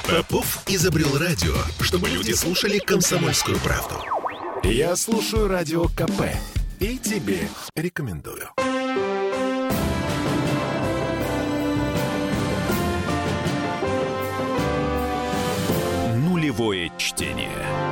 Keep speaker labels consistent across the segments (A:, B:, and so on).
A: Попов изобрел радио, чтобы люди слушали «Комсомольскую правду». Я слушаю Радио КП и тебе рекомендую. Нулевое чтение.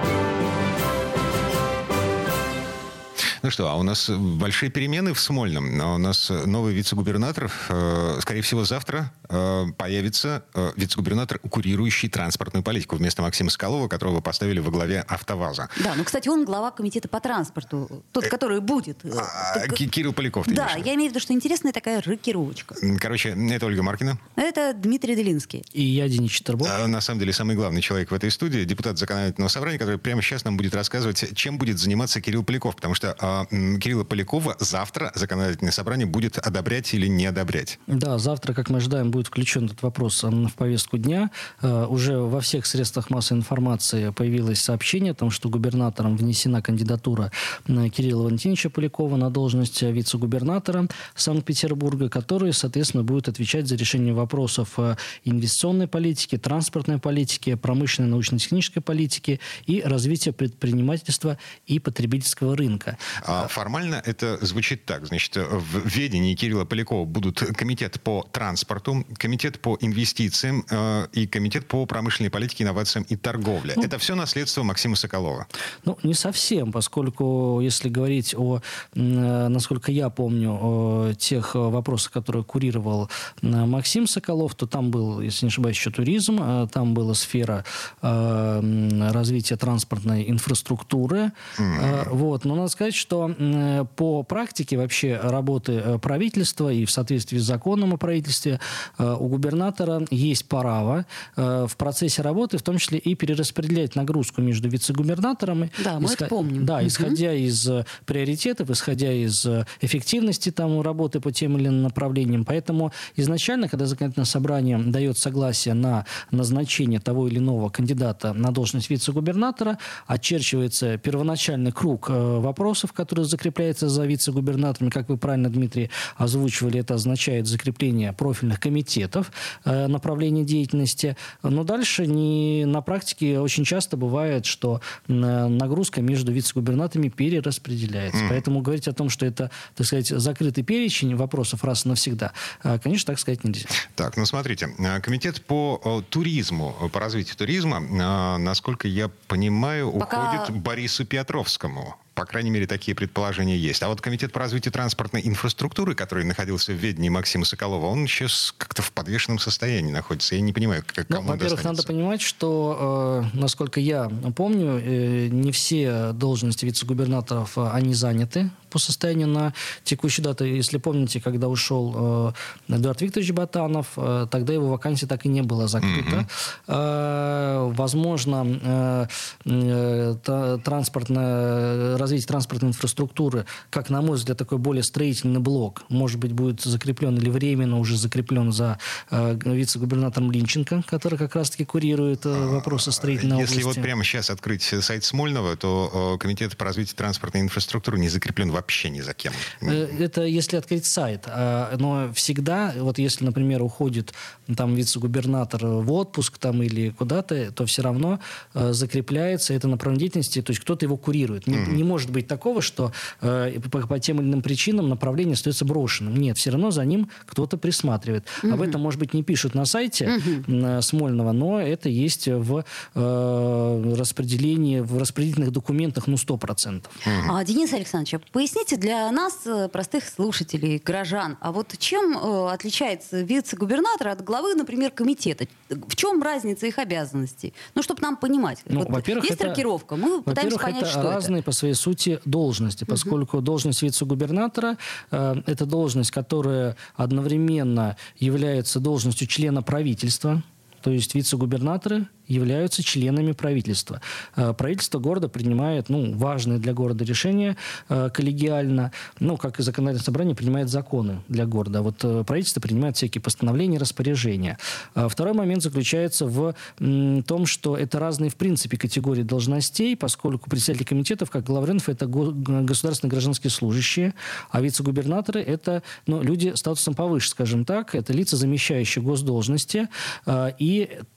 B: Ну что, а у нас большие перемены в Смольном. У нас новый вице-губернатор. Скорее всего, завтра появится вице-губернатор, курирующий транспортную политику вместо Максима Соколова, которого поставили во главе АвтоВАЗа.
C: Да, ну, кстати, он глава комитета по транспорту. Тот, который будет.
B: Кирилл Поляков.
C: Да, я имею в виду, что интересная такая рокировочка.
B: Короче, это Ольга Маркина.
C: Это Дмитрий Делинский.
D: И я, Денис Четербок.
B: На самом деле, самый главный человек в этой студии, депутат Законодательного собрания, который прямо сейчас нам будет рассказывать, чем будет заниматься Кирилл Поляков. Потому что Кирилла Полякова завтра Законодательное собрание будет одобрять или не одобрять.
D: Да, завтра, как мы ожидаем, будет включен этот вопрос в повестку дня. Уже во всех средствах массовой информации появилось сообщение о том, что губернатором внесена кандидатура Кирилла Валентиновича Полякова на должность вице-губернатора Санкт-Петербурга, который, соответственно, будет отвечать за решение вопросов инвестиционной политики, транспортной политики, промышленной научно-технической политики и развития предпринимательства и потребительского рынка.
B: Формально это звучит так. Значит, в ведении Кирилла Полякова будут комитет по транспорту, комитет по инвестициям и комитет по промышленной политике, инновациям и торговле. Это все наследство Максима Соколова.
D: Ну, не совсем, поскольку, если говорить о, насколько я помню, о тех вопросах, которые курировал Максим Соколов, то там был, если не ошибаюсь, еще туризм, там была сфера развития транспортной инфраструктуры. Вот. Но надо сказать, что по практике вообще работы правительства и в соответствии с законом о правительстве у губернатора есть право в процессе работы, в том числе и перераспределять нагрузку между вице-губернаторами.
C: Да, мы это помним.
D: Да, исходя из приоритетов, исходя из эффективности там, работы по тем или иным направлениям. Поэтому изначально, когда законодательное собрание дает согласие на назначение того или иного кандидата на должность вице-губернатора, очерчивается первоначальный круг вопросов, который закрепляется за вице-губернаторами. Как вы правильно, Дмитрий, озвучивали, это означает закрепление профильных комитетов направления деятельности. Но дальше на практике очень часто бывает, что нагрузка между вице-губернаторами перераспределяется. Поэтому говорить о том, что это, так сказать, закрытый перечень вопросов раз и навсегда, конечно, так сказать нельзя.
B: Так, ну смотрите, комитет по туризму, по развитию туризма, насколько я понимаю, уходит Борису Петровскому. По крайней мере, такие предположения есть. А вот комитет по развитию транспортной инфраструктуры, который находился в ведении Максима Соколова, он сейчас как-то в подвешенном состоянии находится. Я не понимаю, как кому
D: во-первых,
B: достанется.
D: надо понимать, что, насколько я помню, не все должности вице-губернаторов, они заняты по состоянию на текущую дату. Если помните, когда ушел Эдуард Викторович Батанов, тогда его вакансия так и не была закрыта. Возможно, развитие транспортной инфраструктуры, как, на мой взгляд, такой более строительный блок, может быть, будет закреплен или временно уже закреплен за вице-губернатором Линченко, который как раз-таки курирует вопросы строительной области.
B: Если вот прямо сейчас открыть сайт Смольного, то комитет по развитию транспортной инфраструктуры не закреплен вообще ни за кем.
D: Это если открыть сайт. Но всегда, вот если, например, уходит там вице-губернатор в отпуск там, или куда-то, то все равно закрепляется это направление деятельности, то есть кто-то его курирует. Не может быть такого, что по тем или иным причинам направление остается брошенным. Нет, все равно за ним кто-то присматривает. Об этом, может быть, не пишут на сайте Смольного, но это есть в распределении, в распределительных документах, 100%.
C: Денис Александрович, поясните для нас, простых слушателей, горожан, а вот чем отличается вице-губернатор от главы, например, комитета? В чем разница их обязанностей? Ну, чтобы нам понимать. Вот
D: во-первых,
C: есть рокировка, мы пытаемся понять, что это.
D: Разные по своей сути должности, поскольку должность вице-губернатора это должность, которая одновременно является должностью члена правительства, то есть вице-губернаторы являются членами правительства. Правительство города принимает важные для города решения коллегиально, как и законодательное собрание принимает законы для города. Вот правительство принимает всякие постановления, распоряжения. Второй момент заключается в том, что это разные в принципе категории должностей, поскольку председатели комитетов, как главредов, это государственные гражданские служащие, а вице-губернаторы это люди статусом повыше, скажем так, это лица, замещающие госдолжности, и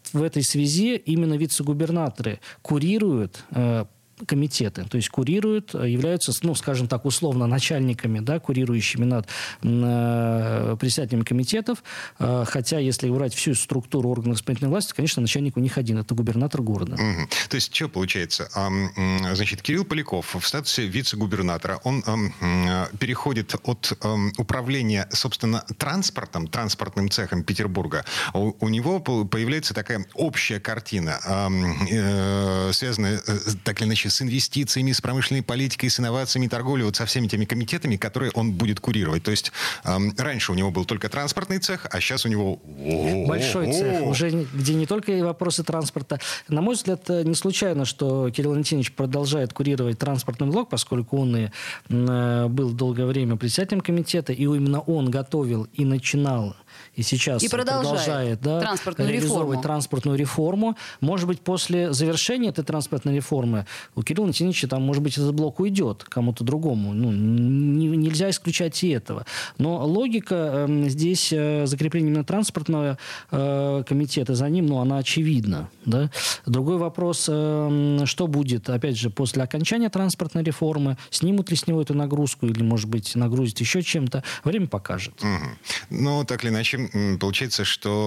D: в этой связи именно вице-губернаторы курируют комитеты, то есть курируют, являются, ну, скажем так, условно начальниками, да, курирующими над председателями комитетов, хотя, если брать всю структуру органов исполнительной власти, конечно, начальник у них один, это губернатор города.
B: То есть, что получается? Значит, Кирилл Поляков в статусе вице-губернатора, он переходит от управления, собственно, транспортным цехом Петербурга. У него появляется такая общая картина, связанная, так или иначе, с инвестициями, с промышленной политикой, с инновациями, торговлей, вот со всеми теми комитетами, которые он будет курировать. То есть раньше у него был только транспортный цех, а сейчас у него...
D: Большой цех, уже где не только вопросы транспорта. На мой взгляд, не случайно, что Кирилл Валентинович продолжает курировать транспортный блок, поскольку он и был долгое время председателем комитета, и именно он готовил и начинал, и сейчас продолжает реализовывать транспортную реформу. Может быть, после завершения этой транспортной реформы у Кирилла Валентиновича там, может быть, этот блок уйдет кому-то другому. Ну, нельзя исключать и этого. Но логика здесь закрепления именно транспортного комитета за ним, ну, она очевидна. Да? Другой вопрос, что будет, опять же, после окончания транспортной реформы, снимут ли с него эту нагрузку или, может быть, нагрузить еще чем-то, время покажет.
B: Ну, так или иначе, получается,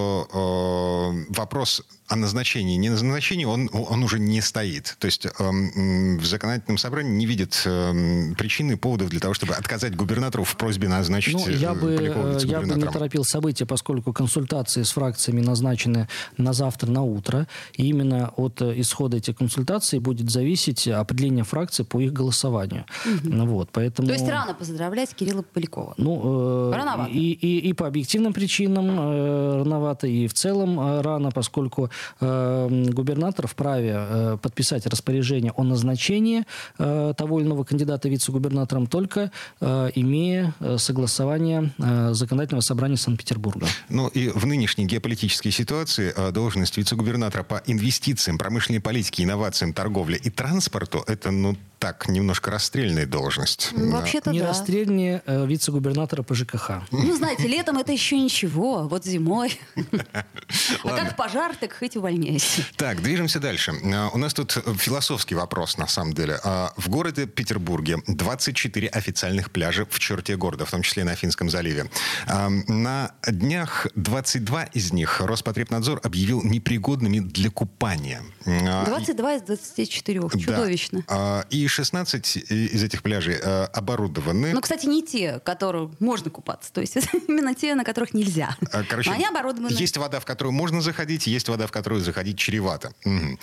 B: что вопрос о назначении, не назначении, он уже не стоит. То есть в законодательном собрании не видит причин и поводов для того, чтобы отказать губернатору в просьбе назначить Полякова вице-губернатором.
D: Я бы не торопил события, поскольку консультации с фракциями назначены на завтра, на утро. И именно от исхода этих консультаций будет зависеть определение фракций по их голосованию. Вот, поэтому...
C: То есть рано поздравлять Кирилла Полякова?
D: Рановато. И по объективным причинам рановато, и в целом рано, поскольку губернатор вправе подписать распоряжение о назначении того или иного кандидата вице-губернатором, только имея согласование Законодательного собрания Санкт-Петербурга.
B: Ну и в нынешней геополитической ситуации должность вице-губернатора по инвестициям, промышленной политике, инновациям, торговле и транспорту — это, ну, так, немножко расстрельная должность.
C: Вообще-то
D: не расстрельнее вице-губернатора по ЖКХ.
C: Ну, знаете, летом это еще ничего, вот зимой. А как пожар, так хоть увольняйся.
B: Так, движемся дальше. У нас тут философский вопрос, на самом деле. В городе Петербурге 24 официальных пляжа в черте города, в том числе на Финском заливе. На днях 22 из них Роспотребнадзор объявил непригодными для купания.
C: 22 из 24. Чудовищно.
B: Да. И 16 из этих пляжей оборудованы.
C: Ну, кстати, не те, которые можно купаться. То есть это именно те, на которых нельзя.
B: Короче,
C: они оборудованы.
B: Есть вода, в которую можно заходить, есть вода, в которую заходить чревато.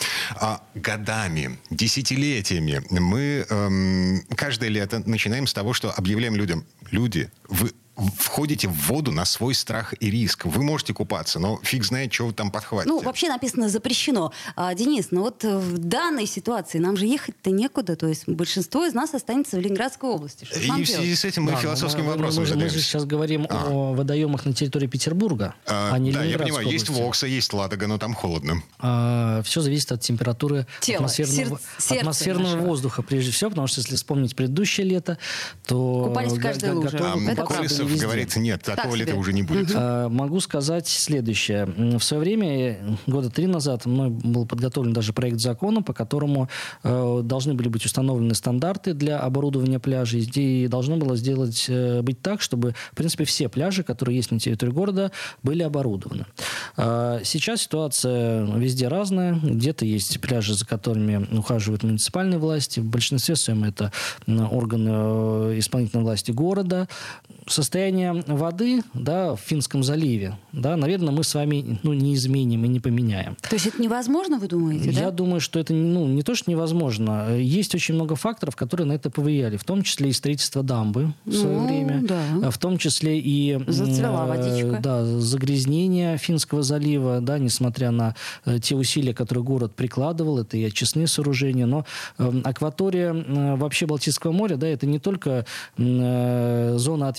B: Годами, десятилетиями мы каждое лето начинаем с того, что объявляем людям: люди, вы входите в воду на свой страх и риск. Вы можете купаться, но фиг знает, что вы там подхватите.
C: Ну, вообще написано запрещено. Денис, ну вот в данной ситуации нам же ехать-то некуда. То есть большинство из нас останется в Ленинградской области.
B: И в связи с этим мы философским вопросом задаемся.
D: Мы же сейчас говорим о водоемах на территории Петербурга, а не Ленинградской области. Да, я понимаю,
B: есть Вокса, есть Ладога, но там холодно.
D: Все зависит от температуры атмосферного воздуха, прежде всего, потому что если вспомнить предыдущее лето, то...
C: Купались в каждой луже.
B: Колесов говорит: нет, такого лета уже не будет.
D: Могу сказать следующее. В свое время, года 3 назад, мной был подготовлен даже проект закона, по которому должны были быть установлены стандарты для оборудования пляжей. И должно было быть так, чтобы, в принципе, все пляжи, которые есть на территории города, были оборудованы. Сейчас ситуация везде разная. Где-то есть пляжи, за которыми ухаживают муниципальные власти. В большинстве своем это органы исполнительной власти города. Состояние воды, да, в Финском заливе, да, наверное, мы с вами не изменим и не поменяем.
C: То есть это невозможно, вы думаете, да?
D: Я думаю, что это не то, что невозможно. Есть очень много факторов, которые на это повлияли. В том числе и строительство дамбы в свое время. Да. В том числе и
C: зацвела водичка.
D: Да, загрязнение Финского залива, да, несмотря на те усилия, которые город прикладывал, это и очистные сооружения. Но акватория вообще Балтийского моря, да, это не только зона ответственности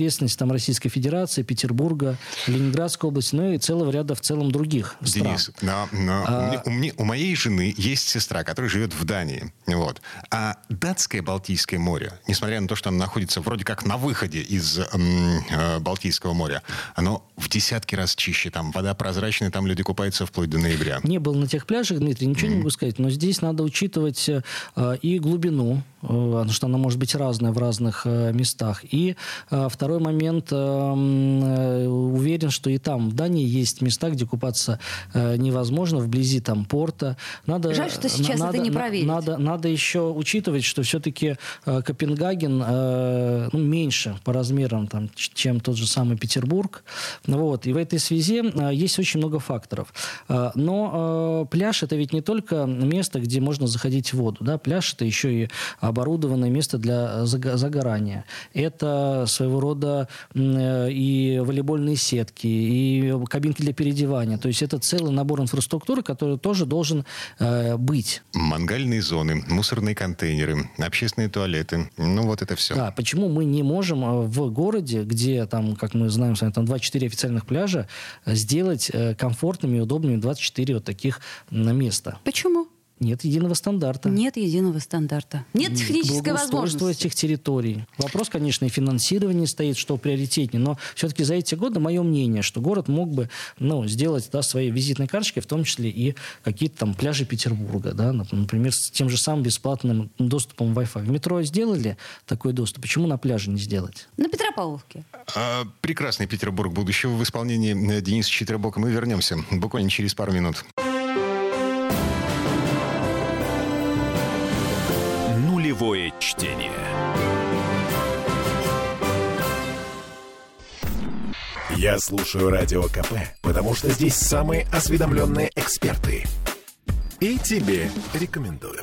D: там Российской Федерации, Петербурга, Ленинградской области, ну и целого ряда в целом других стран.
B: Денис, у моей жены есть сестра, которая живет в Дании. Вот. А датское Балтийское море, несмотря на то, что оно находится вроде как на выходе из Балтийского моря, оно в десятки раз чище. Там вода прозрачная, там люди купаются вплоть до ноября.
D: Не был на тех пляжах, Дмитрий, ничего не могу сказать, но здесь надо учитывать и глубину, потому что она может быть разная в разных местах. И второй момент, уверен, что и там, в Дании, есть места, где купаться невозможно, вблизи там порта.
C: Жаль, что сейчас это не проверить.
D: Надо еще учитывать, что все-таки Копенгаген меньше по размерам, там, чем тот же самый Петербург. Вот. И в этой связи есть очень много факторов. Но пляж — это ведь не только место, где можно заходить в воду. Да? Пляж — это еще и оборудованное место для загорания. Это своего рода и волейбольные сетки, и кабинки для переодевания. То есть это целый набор инфраструктуры, который тоже должен быть.
B: Мангальные зоны, мусорные контейнеры, общественные туалеты. Ну, вот это все.
D: Да, почему мы не можем в городе, где, там, как мы знаем, там 24 официальных пляжа, сделать комфортными и удобными 24 вот таких места?
C: Почему?
D: Нет единого стандарта.
C: Нет единого стандарта. Нет технической возможности.
D: Этих территорий. Вопрос, конечно, и финансирование стоит, что приоритетнее. Но все-таки за эти годы мое мнение, что город мог бы сделать своей визитной карточкой, в том числе и какие-то там пляжи Петербурга. Да, например, с тем же самым бесплатным доступом Wi-Fi. В метро сделали такой доступ. Почему на пляже не сделать?
C: На Петропавловке.
B: Прекрасный Петербург будущего в исполнении Дениса Четвербока. Мы вернемся буквально через пару минут.
A: Нулевое чтение. Я слушаю Радио КП, потому что здесь самые осведомленные эксперты. И тебе рекомендую.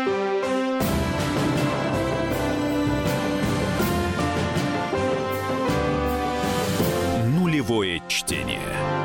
A: Нулевое чтение.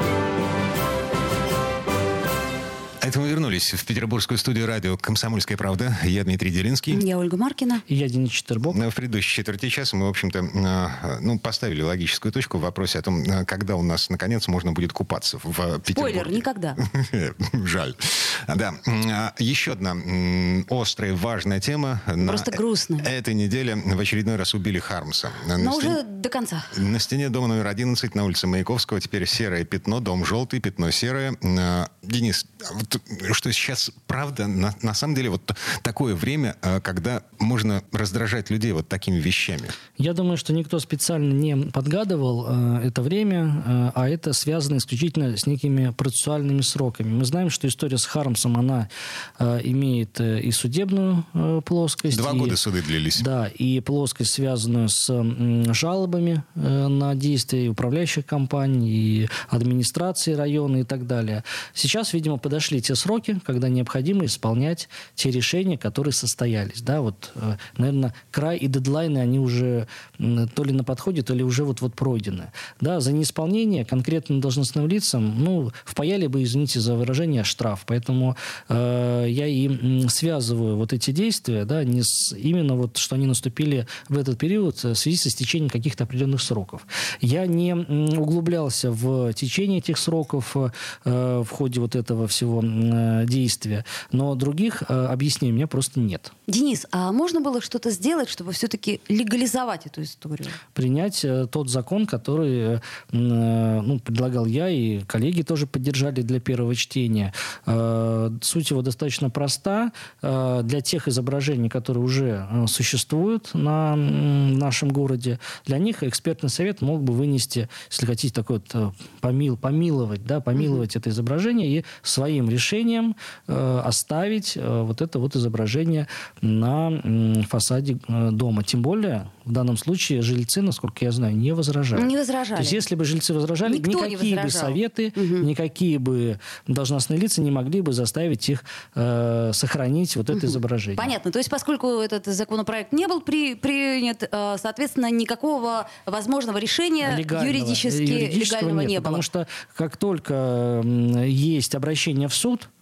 B: Это мы вернулись в петербургскую студию радио «Комсомольская правда». Я Дмитрий Делинский.
C: Я Ольга Маркина.
D: И я Денис Четвербок.
B: В предыдущей четверти часа мы, в общем-то, поставили логическую точку в вопросе о том, когда у нас, наконец, можно будет купаться в Петербурге.
C: Спойлер, никогда.
B: Жаль. Да. Еще одна острая, важная тема.
C: Просто грустная.
B: Этой неделе в очередной раз убили Хармса.
C: Но уже до конца.
B: На стене дома номер 11 на улице Маяковского теперь серое пятно, дом желтый, пятно серое. Денис, что сейчас, правда, на самом деле вот такое время, когда можно раздражать людей вот такими вещами?
D: Я думаю, что никто специально не подгадывал это время, а это связано исключительно с некими процессуальными сроками. Мы знаем, что история с Хармсом, она имеет и судебную плоскость.
B: 2 года суды длились.
D: Да, и плоскость, связанную с жалобами на действия и управляющих компаний, и администрации района и так далее. Сейчас, видимо, подошли те сроки, когда необходимо исполнять те решения, которые состоялись. Да, вот, наверное, край и дедлайны, они уже то ли на подходе, то ли уже вот пройдены. Да, за неисполнение конкретно должностным лицам, впаяли бы, извините за выражение, штраф. Поэтому я и связываю вот эти действия, да, не с, именно вот, что они наступили в этот период в связи с истечением каких-то определенных сроков. Я не углублялся в течение этих сроков в ходе вот этого всего действия, но других объяснений у меня просто нет.
C: Денис, а можно было что-то сделать, чтобы все-таки легализовать эту историю?
D: Принять тот закон, который предлагал я, и коллеги тоже поддержали для первого чтения. Суть его достаточно проста. Для тех изображений, которые уже существуют на нашем городе, для них экспертный совет мог бы вынести, если хотите, такое вот помиловать это изображение и своим решением оставить вот это вот изображение на фасаде дома. Тем более, в данном случае жильцы, насколько я знаю, не возражали.
C: Не возражали.
D: То есть, если бы жильцы возражали, никакие бы советы, никакие бы должностные лица не могли бы заставить их сохранить вот это изображение.
C: Понятно. То есть, поскольку этот законопроект не был принят, соответственно, никакого возможного решения юридически легального
D: нет,
C: не было.
D: Потому что как только есть обращение в суд,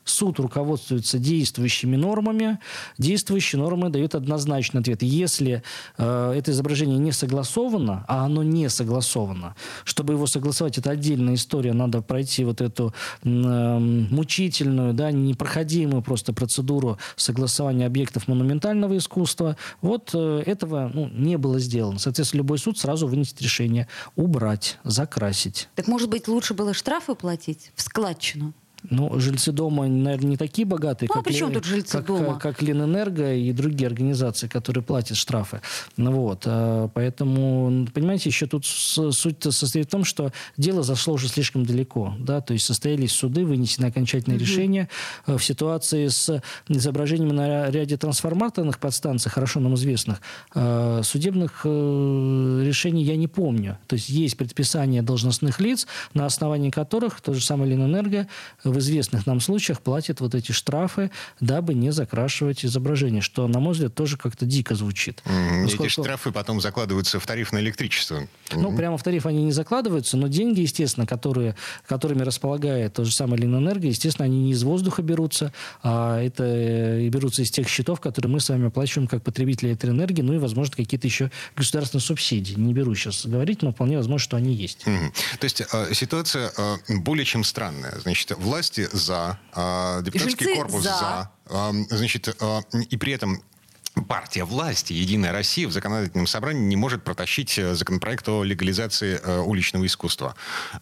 D: суд руководствуется действующими нормами. Действующие нормы дают однозначный ответ. Если это изображение не согласовано, а оно не согласовано, чтобы его согласовать, это отдельная история, надо пройти вот эту мучительную, да, непроходимую просто процедуру согласования объектов монументального искусства. Вот этого не было сделано. Соответственно, любой суд сразу вынесет решение убрать, закрасить.
C: Так, может быть, лучше было штрафы платить в складчину?
D: Ну, жильцы дома, наверное, не такие богатые,
C: как
D: Ленэнерго и другие организации, которые платят штрафы. Вот. Поэтому, понимаете, еще тут суть состоит в том, что дело зашло уже слишком далеко. Да? То есть состоялись суды, вынесены окончательные решения. В ситуации с изображениями на ряде трансформаторных подстанций, хорошо нам известных, судебных решений я не помню. То есть есть предписания должностных лиц, на основании которых то же самое Ленэнерго в известных нам случаях платит вот эти штрафы, дабы не закрашивать изображение, что, на мой взгляд, тоже как-то дико звучит.
B: Эти штрафы потом закладываются в тариф на электричество.
D: Ну, прямо в тариф они не закладываются, но деньги, естественно, которыми располагает то же самое Ленэнерго, естественно, они не из воздуха берутся, а это и берутся из тех счетов, которые мы с вами оплачиваем как потребители электроэнергии, ну и, возможно, какие-то еще государственные субсидии. Не беру сейчас говорить, но вполне возможно, что они есть.
B: То есть ситуация более чем странная. Значит, власти за, депутатский корпус за, значит, и при этом партия власти «Единая Россия» в законодательном собрании не может протащить законопроект о легализации уличного искусства.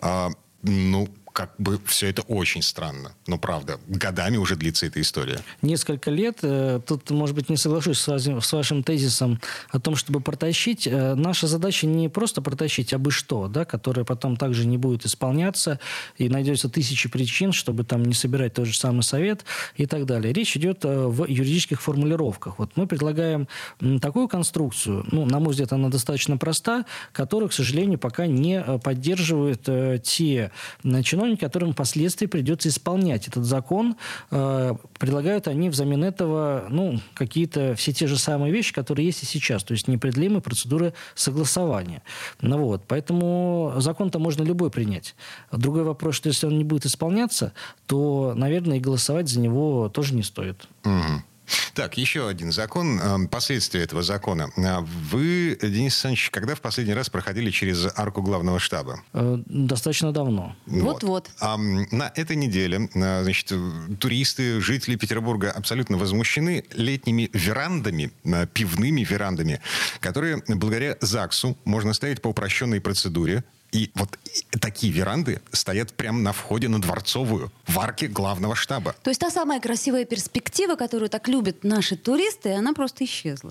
B: Ну, как бы все это очень странно. Но правда, годами уже длится эта история.
D: Несколько лет. Тут, может быть, не соглашусь с вашим тезисом о том, чтобы протащить. Наша задача не просто протащить, а бы что, да, которое потом также не будет исполняться, и найдется тысячи причин, чтобы там не собирать тот же самый совет и так далее. Речь идет в юридических формулировках. Вот мы предлагаем такую конструкцию, ну, на мой взгляд, она достаточно проста, которую, к сожалению, пока не поддерживают те чиновники, которым впоследствии придется исполнять этот закон. Предлагают они взамен этого какие-то все те же самые вещи, которые есть и сейчас. То есть непреодолимые процедуры согласования. Вот. Поэтому закон-то можно любой принять. Другой вопрос, что если он не будет исполняться, то, наверное, и голосовать за него тоже не стоит.
B: Так, еще один закон, последствия этого закона. Вы, Денис Александрович, когда в последний раз проходили через арку главного штаба?
D: Достаточно давно.
C: Вот-вот.
B: На этой неделе, значит, туристы, жители Петербурга абсолютно возмущены летними верандами, пивными верандами, которые благодаря ЗАГСу можно ставить по упрощенной процедуре. И вот такие веранды стоят прямо на входе на Дворцовую, в арке главного штаба.
C: То есть та самая красивая перспектива, которую так любят наши туристы, она просто исчезла.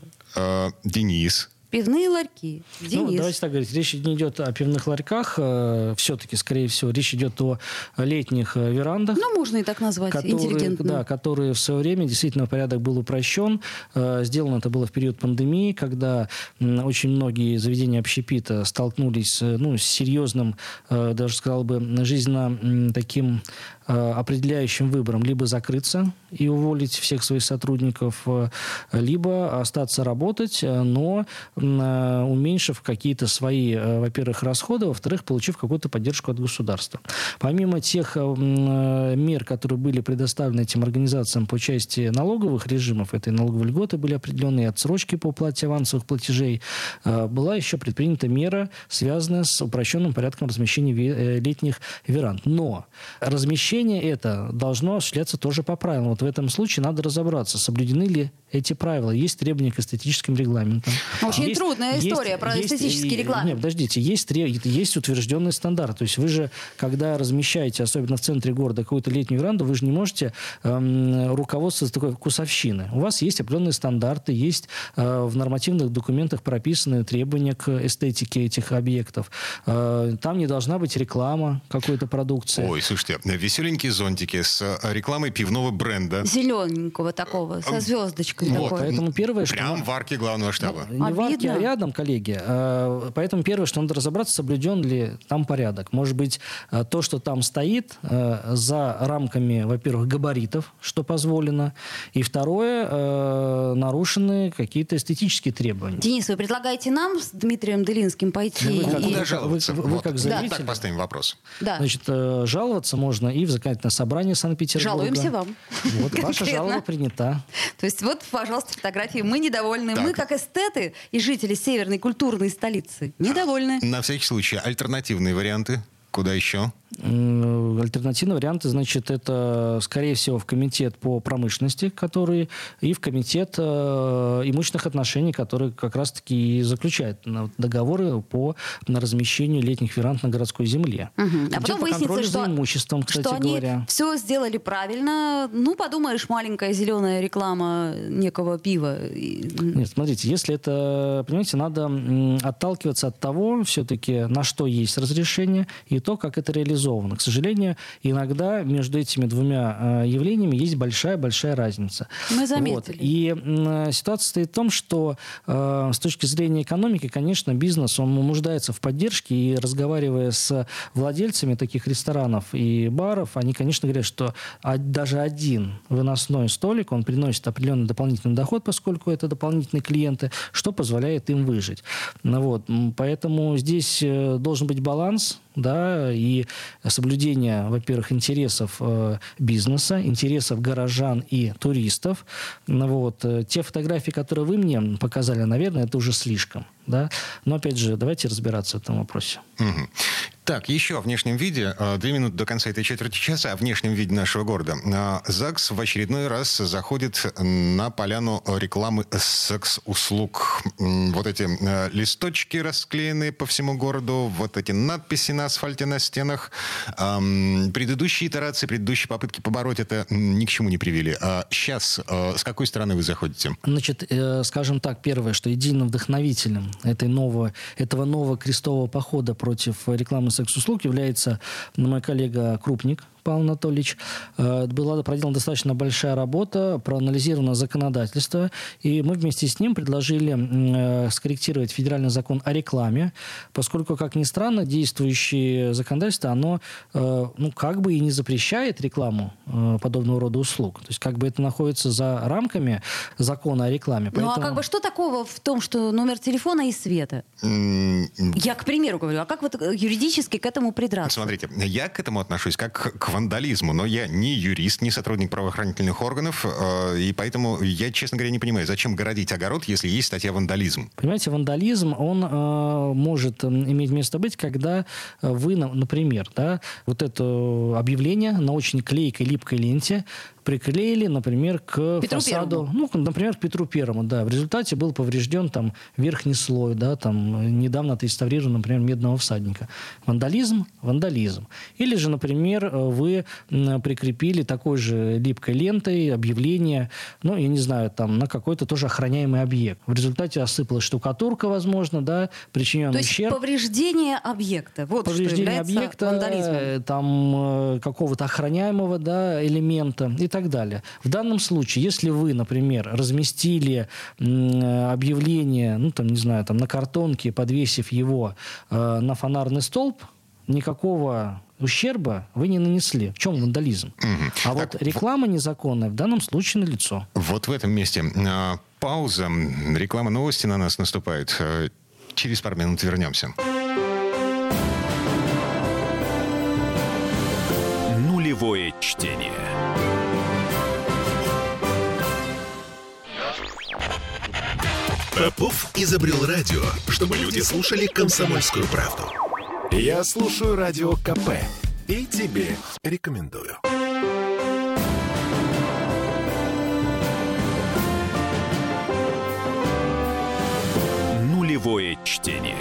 B: Денис.
C: Пивные ларьки. Денис.
D: Ну, давайте так говорить. Речь не идет о пивных ларьках. Все-таки, скорее всего, речь идет о летних верандах.
C: Ну, можно и так назвать, интеллигентно.
D: Да, которые в свое время действительно порядок был упрощен. Сделано это было в период пандемии, когда очень многие заведения общепита столкнулись с серьезным, даже сказал бы, жизненно таким определяющим выбором: либо закрыться и уволить всех своих сотрудников, либо остаться работать, но уменьшив какие-то свои, во-первых, расходы, во-вторых, получив какую-то поддержку от государства. Помимо тех мер, которые были предоставлены этим организациям по части налоговых режимов, это и налоговые льготы были определенные, отсрочки по уплате авансовых платежей, была еще предпринята мера, связанная с упрощенным порядком размещения летних веранд. Но размещение это должно осуществляться тоже по правилам. Вот в этом случае надо разобраться, соблюдены ли эти правила. Есть требования к эстетическим регламентам.
C: Очень трудная история про эстетический регламент.
D: Нет, подождите, есть утвержденный стандарт. То есть вы же, когда размещаете, особенно в центре города, какую-то летнюю веранду, вы же не можете руководствоваться такой вкусовщиной. У вас есть определенные стандарты, есть в нормативных документах прописанные требования к эстетике этих объектов. Там не должна быть реклама какой-то продукции.
B: Ой, слушайте, веселенькие зонтики с рекламой пивного бренда.
C: Зелененького такого, со звездочкой
B: вот.
C: такой.
D: Поэтому первое,
B: прям в арке главного штаба.
D: Не в арке, а рядом, коллеги. Поэтому первое, что надо разобраться, соблюден ли там порядок. Может быть, то, что там стоит, за рамками, во-первых, габаритов, что позволено, и второе, нарушены какие-то эстетические требования.
C: Денис, вы предлагаете нам с Дмитрием Делинским пойти?
B: Куда жаловаться?
D: Вы как заявитель.
B: Так поставим вопрос.
C: Да.
D: Значит, жаловаться можно и в законодательное собрание Санкт-Петербурга.
C: Жалуемся вам.
D: Вот ваша жалоба принята.
C: То есть вот, пожалуйста, фотографии. Мы недовольны.
B: Так.
C: Мы, как эстеты и жители северной культурной столицы, недовольны.
B: На всякий случай, альтернативные варианты. Куда еще?
D: Альтернативные варианты, значит, это, скорее всего, в комитет по промышленности, который и в комитет имущественных отношений, который как раз-таки и заключает договоры по размещению летних веранд на городской земле.
C: А потом выяснится,
D: за имуществом, кстати
C: что
D: говоря.
C: они все сделали правильно. Ну, подумаешь, маленькая зеленая реклама некого пива.
D: Нет, смотрите, если это, понимаете, надо отталкиваться от того, все-таки, на что есть разрешение, и то, как это реализовано. К сожалению, иногда между этими двумя явлениями есть большая-большая разница.
C: Мы заметили.
D: Вот. И ситуация стоит в том, что с точки зрения экономики, конечно, бизнес, он нуждается в поддержке, и разговаривая с владельцами таких ресторанов и баров, они, конечно, говорят, что даже один выносной столик, он приносит определенный дополнительный доход, поскольку это дополнительные клиенты, что позволяет им выжить. Вот. Поэтому здесь должен быть баланс, да, и соблюдение, во-первых, интересов бизнеса, интересов горожан и туристов. Вот. Те фотографии, которые вы мне показали, наверное, это уже слишком. Да? Но, опять же, давайте разбираться в этом вопросе.
B: Угу. Так, еще о внешнем виде. 2 минуты до конца этой четверти часа о внешнем виде нашего города. ЗАГС в очередной раз заходит на поляну рекламы секс-услуг. Вот эти листочки расклеенные по всему городу, вот эти надписи на асфальте, на стенах. Предыдущие итерации, предыдущие попытки побороть это ни к чему не привели. Сейчас с какой стороны вы заходите?
D: Значит, скажем так, первое, что единым вдохновителем этого нового крестового похода против рекламы секс-услуг является мой коллега Крупник Павел Анатольевич. Была проделана достаточно большая работа, проанализировано законодательство, и мы вместе с ним предложили скорректировать федеральный закон о рекламе, поскольку, как ни странно, действующее законодательство, оно как бы и не запрещает рекламу подобного рода услуг. То есть как бы это находится за рамками закона о рекламе.
C: Поэтому... Ну а как бы что такого в том, что номер телефона и света? Я, к примеру, говорю, а как вот юридически к этому придраться?
B: Смотрите, я к этому отношусь как к вандализму, но я не юрист, не сотрудник правоохранительных органов, и поэтому я, честно говоря, не понимаю, зачем городить огород, если есть статья «Вандализм».
D: Понимаете, вандализм, он может иметь место быть, когда вы, например, да, вот это объявление на очень клейкой, липкой ленте приклеили, например, к
C: Петру
D: фасаду,
C: Первому.
D: Например, к Петру Первому, да. В результате был поврежден там верхний слой, да, там недавно отреставрирован, например, Медного всадника. Вандализм. Или же, например, вы прикрепили такой же липкой лентой объявление, я не знаю, там, на какой-то тоже охраняемый объект. В результате осыпалась штукатурка, возможно, да, причинен ущерб.
C: То есть повреждение объекта. Вот
D: повреждение
C: что является
D: объекта,
C: вандализмом.
D: Там, какого-то охраняемого, да, элемента и так далее. В данном случае, если вы, например, разместили объявление, на картонке, подвесив его на фонарный столб, никакого ущерба вы не нанесли. В чем вандализм? А так, вот реклама незаконная в данном случае налицо.
B: Вот в этом месте пауза. Реклама новости на нас наступает. Через пару минут вернемся.
A: Нулевое чтение. Попов изобрел радио, чтобы люди слушали «Комсомольскую правду». Я слушаю радио КП и тебе рекомендую. Нулевое чтение.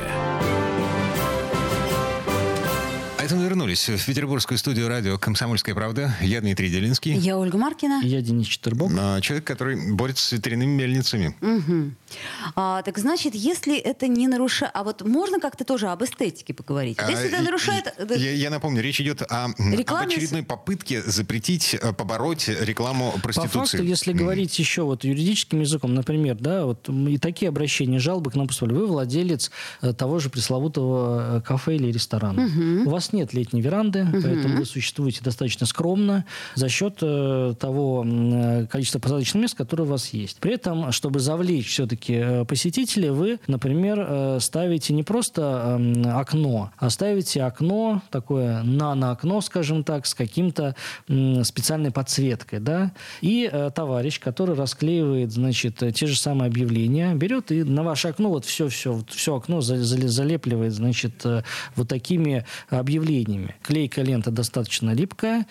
B: Это мы вернулись в петербургскую студию радио «Комсомольская правда». Я Дмитрий Делинский.
C: Я Ольга Маркина.
D: Я Денис Четербок.
B: Человек, который борется с ветряными мельницами.
C: Угу. Так значит, если это не нарушает... А вот можно как-то тоже об эстетике поговорить? Если это нарушает...
B: Я напомню, речь идет об очередной попытке запретить, побороть рекламу проституции.
D: По факту, если говорить еще юридическим языком, например, да, и такие обращения, жалобы к нам поступали. Вы владелец того же пресловутого кафе или ресторана. У вас нет летней веранды, поэтому вы существуете достаточно скромно за счет того количества посадочных мест, которые у вас есть. При этом, чтобы завлечь все-таки посетителей, вы, например, ставите не просто окно, а ставите окно, такое нано-окно, скажем так, с каким-то специальной подсветкой, да, и товарищ, который расклеивает, значит, те же самые объявления, берет и на ваше окно вот все окно залепливает, значит, вот такими объявлениями. Клейкая лента достаточно липкая,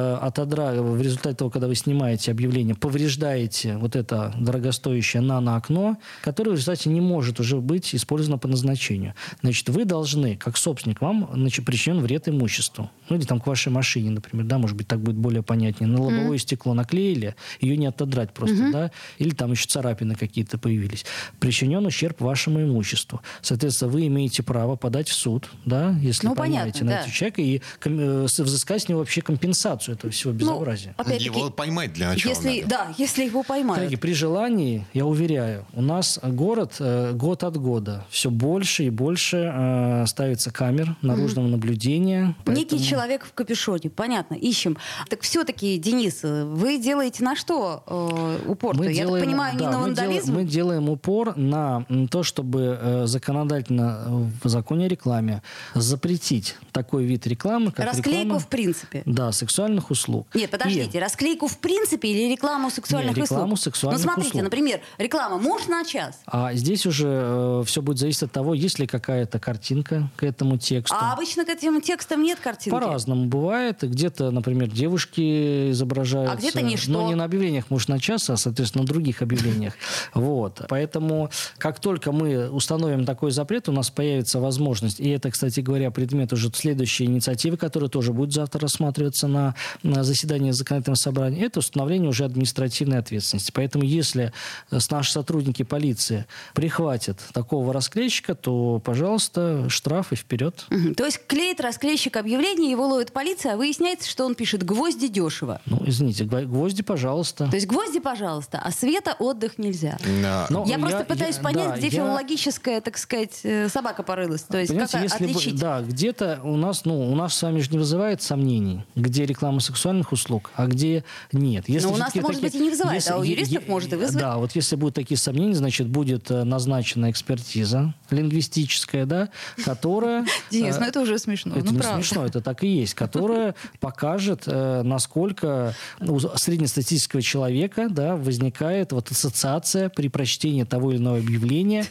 D: в результате того, когда вы снимаете объявление, повреждаете вот это дорогостоящее нано-окно, которое в результате не может уже быть использовано по назначению. Значит, вы должны, как собственник, вам, значит, причинен вред имуществу. Ну, или там к вашей машине, например, да, может быть, так будет более понятнее. На лобовое стекло наклеили, ее не отодрать просто, да, или там еще царапины какие-то появились. Причинен ущерб вашему имуществу. Соответственно, вы имеете право подать в суд, да, если поймаете на этого человека, и взыскать с него вообще компенсацию этого всего безобразия.
B: Его поймать для начала надо.
C: Да, если его поймают.
D: Коллеги, при желании, я уверяю, у нас город год от года все больше и больше ставится камер наружного наблюдения.
C: Некий человек в капюшоне, понятно, ищем. Так все-таки, Денис, вы делаете на что упор-то? Я так понимаю, не на вандализм?
D: Мы делаем упор на то, чтобы законодательно в законе о рекламе запретить такой вид рекламы, как
C: расклейку
D: реклама,
C: в принципе.
D: Да, сексуальных услуг.
C: Нет, подождите, расклейку в принципе или рекламу сексуальных услуг?
D: Рекламу сексуальных услуг.
C: Ну, смотрите, например, реклама «Муж на час».
D: А здесь уже все будет зависеть от того, есть ли какая-то картинка к этому тексту.
C: А обычно к этим текстам нет картинки?
D: По-разному бывает. Где-то, например, девушки изображаются.
C: А где-то ничто.
D: Но не на объявлениях «Муж на час», а, соответственно, на других объявлениях. Вот. Поэтому, как только мы установим такой запрет, у нас появится возможность, и это, кстати говоря, предмет уже следующей инициативы, которая тоже будет завтра рассматриваться на заседании законодательного собрания, это установление уже административной ответственности. Поэтому, если наши сотрудники полиции прихватят такого расклейщика, то, пожалуйста, штраф и вперед.
C: То есть клеит расклейщик объявление, его ловит полиция, а выясняется, что он пишет «Гвозди дешево».
D: Ну, извините, гвозди, пожалуйста.
C: То есть гвозди, пожалуйста, а света отдых нельзя. Я просто пытаюсь понять, где филологическая, так сказать, собака порылась. То есть как отличить?
D: Да, где-то у нас с вами же не вызывает сомнений, где реклама сексуальных услуг, а где нет.
C: Но у нас, может быть, и не вызывает, а у юристов может и вызвать.
D: Да, вот если будут такие сомнения, значит, будет назначена экспертиза лингвистическая, да, которая...
C: Денис, это уже смешно.
D: Это не смешно, это так и есть, которая покажет, насколько у среднестатистического человека, да, возникает вот ассоциация при прочтении того или иного объявления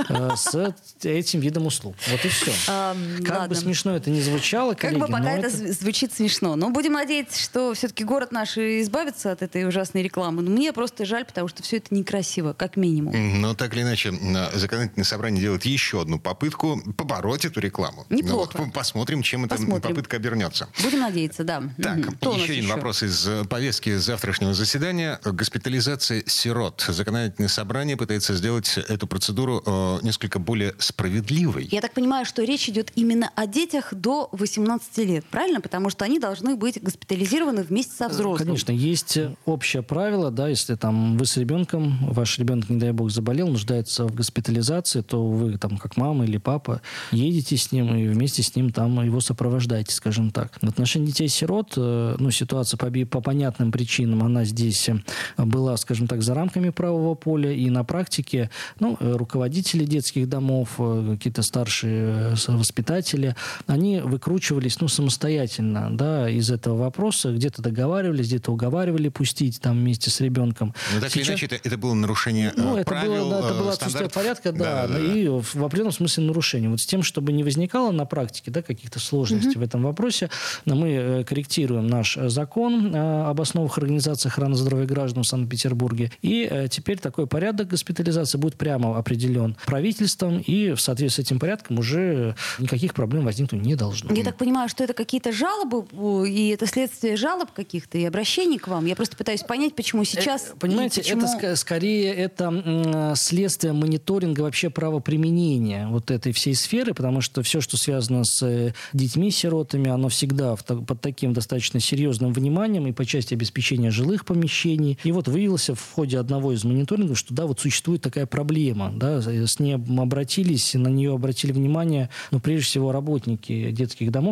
D: с этим видом услуг. Вот и все. Как бы смешно это ни звучало, коллеги,
C: как бы пока это звучит смешно. Но будем надеяться, что все-таки город наш избавится от этой ужасной рекламы. Но мне просто жаль, потому что все это некрасиво, как минимум.
B: Но так или иначе, законодательное собрание делает еще одну попытку побороть эту рекламу.
C: Неплохо.
B: Вот, посмотрим, чем эта попытка обернется.
C: Будем надеяться, да.
B: Так, еще один вопрос из повестки завтрашнего заседания. Госпитализация сирот. Законодательное собрание пытается сделать эту процедуру несколько более справедливой.
C: Я так понимаю, что речь идет именно о детях до 18 лет, правильно? Потому что они должны быть госпитализированы вместе со взрослыми.
D: Конечно, есть общее правило, да, если там вы с ребенком, ваш ребенок, не дай бог, заболел, нуждается в госпитализации, то вы там как мама или папа едете с ним и вместе с ним там его сопровождаете, скажем так. В отношении детей-сирот, ситуация по понятным причинам, она здесь была, скажем так, за рамками правового поля, и на практике, руководители детских домов, какие-то старшие воспитатели, они выкручивались, самостоятельно, да, из этого вопроса, где-то договаривались, где-то уговаривали пустить там вместе с ребенком.
B: Но так или иначе, это было нарушение правил,
D: это было отсутствие порядка, и в определенном смысле нарушение. Вот с тем, чтобы не возникало на практике, да, каких-то сложностей в этом вопросе, мы корректируем наш закон об основах организации охраны здоровья граждан в Санкт-Петербурге, и теперь такой порядок госпитализации будет прямо определен правительством, и в соответствии с этим порядком уже никаких проблем возникнуть не должно.
C: Я так понимаю, что это какие-то жалобы, и это следствие жалоб каких-то и обращений к вам. Я просто пытаюсь понять, почему сейчас...
D: Понимаете, это скорее это следствие мониторинга вообще правоприменения вот этой всей сферы, потому что все, что связано с детьми-сиротами, оно всегда под таким достаточно серьезным вниманием и по части обеспечения жилых помещений. И вот выявилось в ходе одного из мониторингов, что да, вот существует такая проблема, да, с ней обратились, на нее обратили внимание, прежде всего, работники детских домов,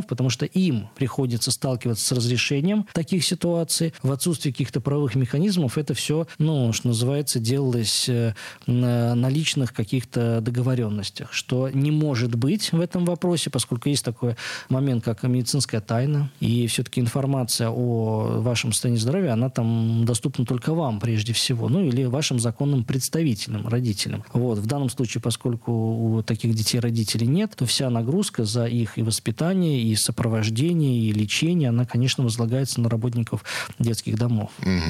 D: домов, потому что им приходится сталкиваться с разрешением таких ситуаций. В отсутствии каких-то правовых механизмов это все, что называется, делалось на личных каких-то договоренностях, что не может быть в этом вопросе, поскольку есть такой момент, как медицинская тайна, и все-таки информация о вашем состоянии здоровья, она там доступна только вам прежде всего, или вашим законным представителям, родителям. В данном случае, поскольку у таких детей родителей нет, то вся нагрузка за их и воспитание, и сопровождение, и лечение, она, конечно, возлагается на работников детских домов.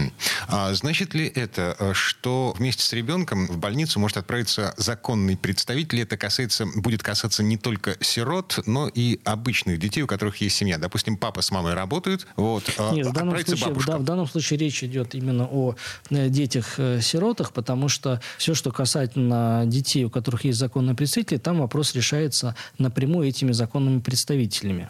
B: А значит ли это, что вместе с ребенком в больницу может отправиться законный представитель? Это будет касаться не только сирот, но и обычных детей, у которых есть семья. Допустим, папа с мамой работают,
D: Нет, в данном случае речь идет именно о детях-сиротах, потому что все, что касательно детей, у которых есть законные представители, там вопрос решается напрямую этими законными представителями.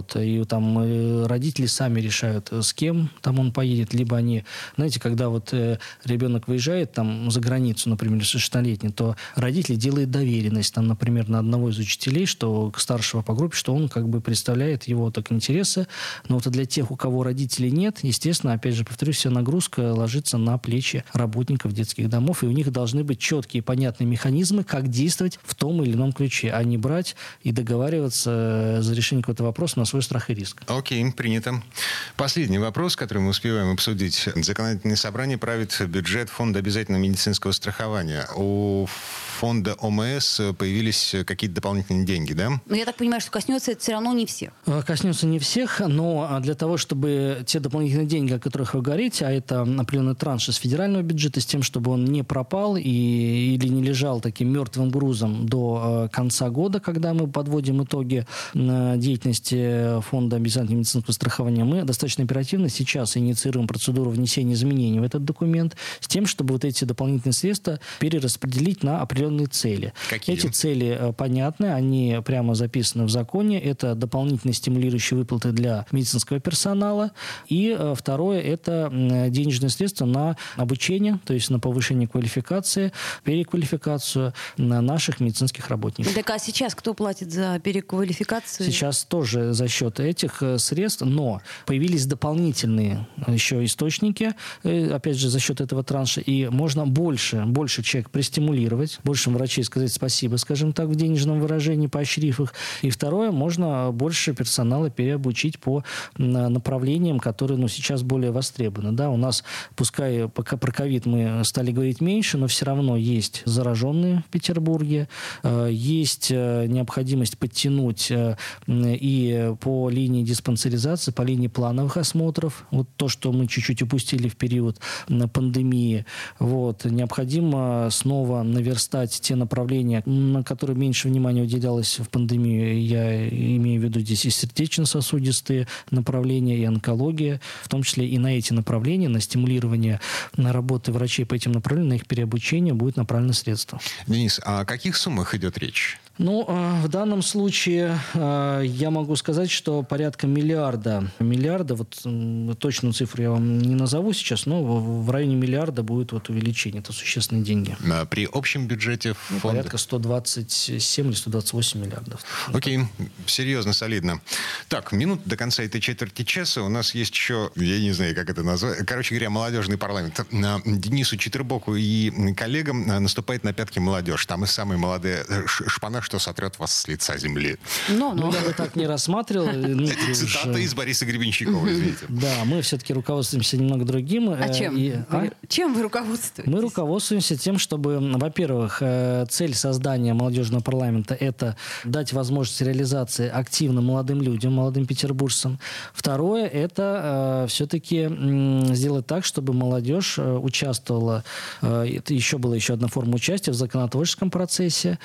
D: И там родители сами решают, с кем там он поедет, либо они... Знаете, когда ребенок выезжает там за границу, например, совершеннолетний, то родитель делает доверенность, там, например, на одного из учителей, что старшего по группе, что он как бы представляет его интересы. Но для тех, у кого родителей нет, естественно, опять же, повторюсь, вся нагрузка ложится на плечи работников детских домов, и у них должны быть четкие, понятные механизмы, как действовать в том или ином ключе, а не брать и договариваться за решение какого-то вопроса на свой страх и риск.
B: Окей, принято. Последний вопрос, который мы успеваем обсудить. Законодательное собрание правит бюджет Фонда обязательного медицинского страхования. У фонда ОМС появились какие-то дополнительные деньги, да?
C: Но я так понимаю, что коснется это все равно не всех.
D: Коснется не всех, но для того, чтобы те дополнительные деньги, о которых вы говорите, а это определенный транш из федерального бюджета, с тем, чтобы он не пропал или не лежал таким мертвым грузом до конца года, когда мы подводим итоги деятельности Фонда обязательного медицинского страхования, мы достаточно оперативно сейчас инициируем процедуру внесения изменений в этот документ с тем, чтобы эти дополнительные средства перераспределить на определенные цели.
B: Какие?
D: Эти цели понятны, они прямо записаны в законе. Это дополнительные стимулирующие выплаты для медицинского персонала. И второе – это денежные средства на обучение, то есть на повышение квалификации, переквалификацию наших медицинских работников.
C: Так а сейчас кто платит за переквалификацию?
D: Сейчас тоже за счет этих средств, но появились дополнительные еще источники, опять же, за счет этого транша, и можно больше человек пристимулировать, больше врачей сказать спасибо, скажем так, в денежном выражении, поощрив их. И второе, можно больше персонала переобучить по направлениям, которые сейчас более востребованы. Да, у нас, пускай пока про ковид мы стали говорить меньше, но все равно есть зараженные в Петербурге, есть необходимость подтянуть и по линии диспансеризации, по линии плановых осмотров. То, что мы чуть-чуть упустили в период пандемии. Необходимо снова наверстать те направления, на которые меньше внимания уделялось в пандемию. Я имею в виду здесь и сердечно-сосудистые направления, и онкология, в том числе и на эти направления, на стимулирование на работы врачей по этим направлениям, на их переобучение будет направлено средства.
B: Денис, а о каких суммах идет речь?
D: В данном случае я могу сказать, что порядка миллиарда, точную цифру я вам не назову сейчас, но в районе миллиарда будет увеличение. Это существенные деньги.
B: При общем бюджете фонда?
D: Порядка 127 или 128 миллиардов.
B: Окей, серьезно, солидно. Так, минут до конца этой четверти часа у нас есть еще, я не знаю, как это назвать, молодежный парламент. Денису Четербоку и коллегам наступает на пятки молодежь. Там и самые молодые шпана, что сотрет вас с лица земли.
D: Я бы так не рассматривал.
B: Это цитата из Бориса Гребенщикова, извините.
D: Да, мы все-таки руководствуемся немного другим.
C: А чем? Чем вы руководствуетесь?
D: Мы руководствуемся тем, чтобы, во-первых, цель создания молодежного парламента – это дать возможность реализации активно молодым людям, молодым петербуржцам. Второе – это все-таки сделать так, чтобы молодежь участвовала. Еще была одна форма участия в законотворческом процессе.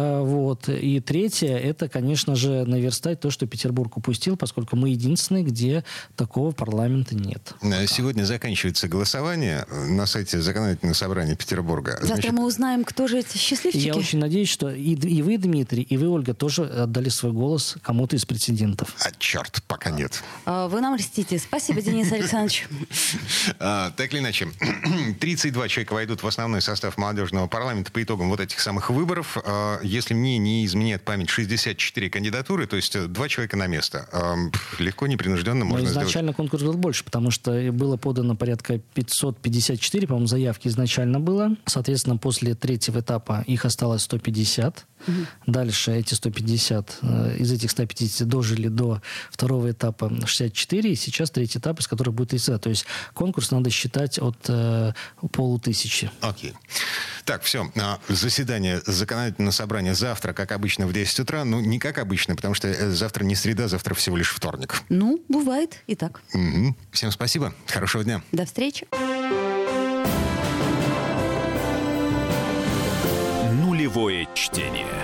D: И третье – это, конечно же, наверстать то, что Петербург упустил, поскольку мы единственные, где такого парламента нет.
B: Сегодня заканчивается голосование на сайте Законодательного собрания Петербурга.
C: Завтра мы узнаем, кто же эти счастливчики.
D: Я очень надеюсь, что и вы, Дмитрий, и вы, Ольга, тоже отдали свой голос кому-то из претендентов.
B: Черт, пока нет.
C: Вы нам льстите. Спасибо, Денис Александрович.
B: Так или иначе, 32 человека войдут в основной состав молодежного парламента по итогам этих самых выборов. Если мне не изменяет память, 64 кандидатуры, то есть 2 человека на место. Легко, непринужденно можно сделать.
D: Изначально конкурс был больше, потому что было подано порядка 554, по-моему, заявки изначально было. Соответственно, после третьего этапа их осталось 150. Дальше эти 150, из этих 150 дожили до второго этапа 64, и сейчас третий этап, из которых будет 30. То есть конкурс надо считать от 500.
B: Окей. Так, все. Заседание законодательного собрания завтра, как обычно, в 10 утра. Ну, не как обычно, потому что завтра не среда, завтра всего лишь вторник.
C: Ну, бывает и так.
B: Угу. Всем спасибо. Хорошего дня.
C: До встречи.
A: Нулевое чтение.